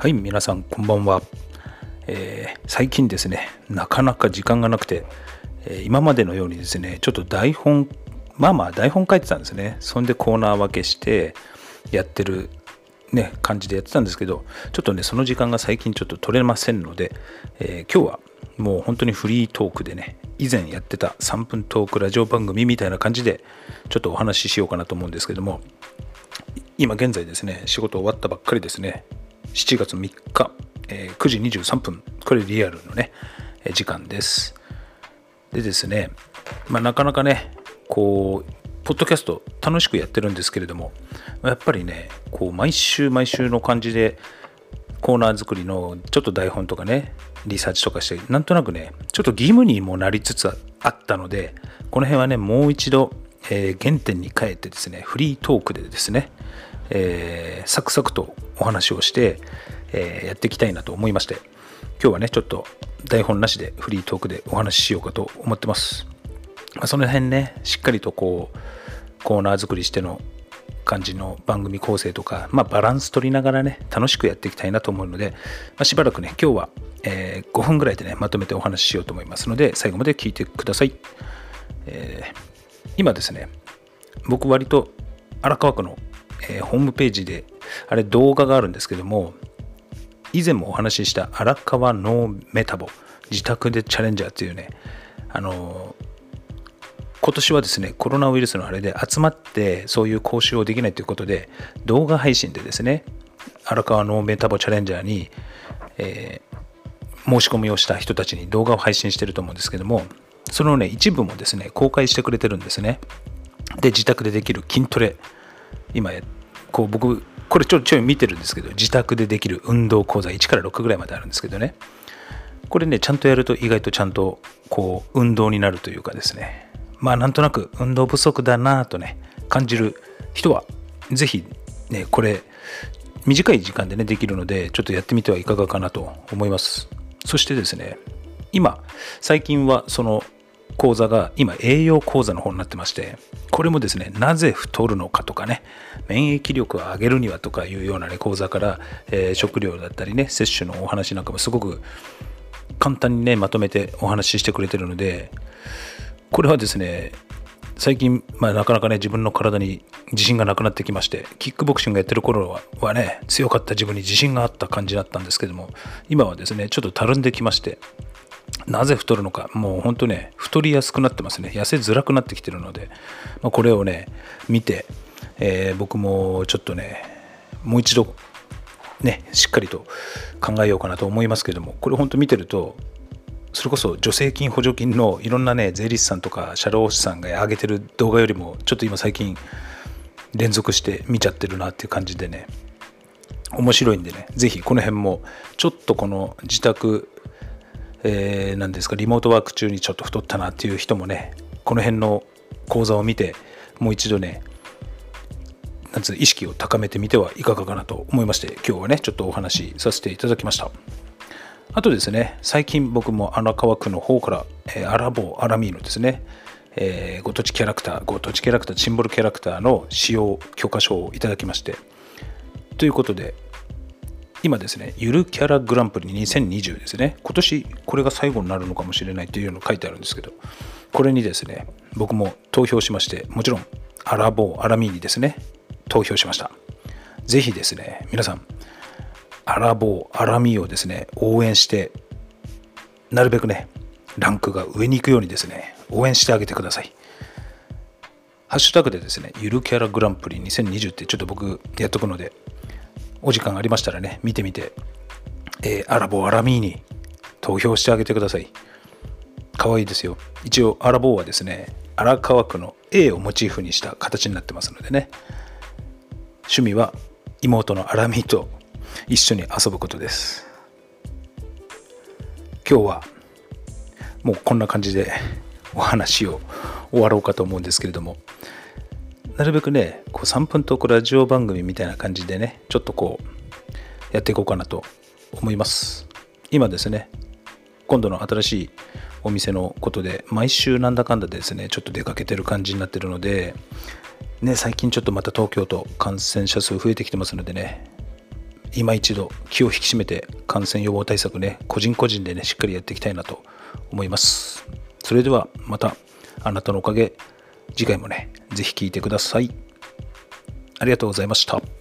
はい、皆さんこんばんは。最近ですね、なかなか時間がなくて、今までのようにですね、ちょっと台本、台本書いてたんですね。そんでコーナー分けしてやってるね、感じでやってたんですけど、ちょっとね、その時間が最近ちょっと取れませんので、今日はもう本当にフリートークでね、以前やってた3分トークラジオ番組みたいな感じで、ちょっとお話ししようかなと思うんですけども、今現在ですね、仕事終わったばっかりですね。7月3日、9時23分、これリアルのね、時間です。でですね、なかなかね、ポッドキャスト楽しくやってるんですけれども、やっぱりね、毎週毎週の感じで、コーナー作りのちょっと台本とかね、リサーチとかして、なんとなくね、ちょっと義務にもなりつつあったので、この辺はね、もう一度、原点に帰ってですね、フリートークでですね、サクサクとお話をして、やっていきたいなと思いまして、今日はねちょっと台本なしでフリートークでお話ししようかと思ってます。その辺ねしっかりとコーナー作りしての感じの番組構成とか、バランス取りながらね楽しくやっていきたいなと思うので、しばらくね今日は、5分ぐらいでねまとめてお話ししようと思いますので、最後まで聞いてください。今ですね、僕割と荒川区のホームページであれ動画があるんですけども、以前もお話しした荒川ノーメタボ自宅でチャレンジャーっていうね、今年はですねコロナウイルスのあれで集まってそういう講習をできないということで、動画配信でですね荒川ノーメタボチャレンジャーに、申し込みをした人たちに動画を配信してると思うんですけども、そのね一部もですね公開してくれてるんですね。で自宅でできる筋トレ、今僕これちょい見てるんですけど、自宅でできる運動講座1から6ぐらいまであるんですけどね、これねちゃんとやると意外とちゃんと運動になるというかですね、なんとなく運動不足だなとね感じる人はぜひねこれ短い時間でねできるので、ちょっとやってみてはいかがかなと思います。そしてですね、最近はその講座が今栄養講座の方になってまして、これもですねなぜ太るのかとかね、免疫力を上げるにはとかいうようなね講座から、食料だったりね摂取のお話なんかもすごく簡単にねまとめてお話ししてくれてるので、これはですね最近、なかなかね自分の体に自信がなくなってきまして、キックボクシングやってる頃はね強かった自分に自信があった感じだったんですけども、今はですねちょっとたるんできまして、なぜ太るのか、もう本当ね太りやすくなってますね。痩せづらくなってきてるので、これをね見て、僕もちょっとねもう一度ねしっかりと考えようかなと思いますけども、これ本当見てると、それこそ助成金補助金のいろんなね税理士さんとか社労士さんが上げてる動画よりもちょっと今最近連続して見ちゃってるなっていう感じでね、面白いんでね、ぜひこの辺もちょっとこの自宅なんですか、リモートワーク中にちょっと太ったなっていう人もね、この辺の講座を見てもう一度ね意識を高めてみてはいかがかなと思いまして、今日はねちょっとお話しさせていただきました。あとですね、最近僕も荒川区の方から、アラボーアラミーノですね、ご当地キャラクターシンボルキャラクターの使用許可証をいただきまして、ということで今ですね、ゆるキャラグランプリ2020ですね、今年これが最後になるのかもしれないというのが書いてあるんですけど、これにですね僕も投票しまして、もちろんアラボーアラミーにですね投票しました。ぜひですね皆さんアラボーアラミーをですね応援して、なるべくねランクが上に行くようにですね応援してあげてください。ハッシュタグでですねゆるキャラグランプリ2020ってちょっと僕やっとくので、お時間ありましたらね見てみて、アラボーアラミーに投票してあげてください。可愛いですよ。一応アラボーはですね荒川区の A をモチーフにした形になってますのでね、趣味は妹のアラミーと一緒に遊ぶことです。今日はもうこんな感じでお話を終わろうかと思うんですけれども、なるべくね3分トークラジオ番組みたいな感じでねちょっとやっていこうかなと思います。今ですね今度の新しいお店のことで毎週なんだかんだでですねちょっと出かけてる感じになってるのでね、最近ちょっとまた東京都感染者数増えてきてますのでね、 今一度気を引き締めて感染予防対策ね、個人個人でねしっかりやっていきたいなと思います。それではまた、あなたのおかげ、次回もねぜひ聞いてください。ありがとうございました。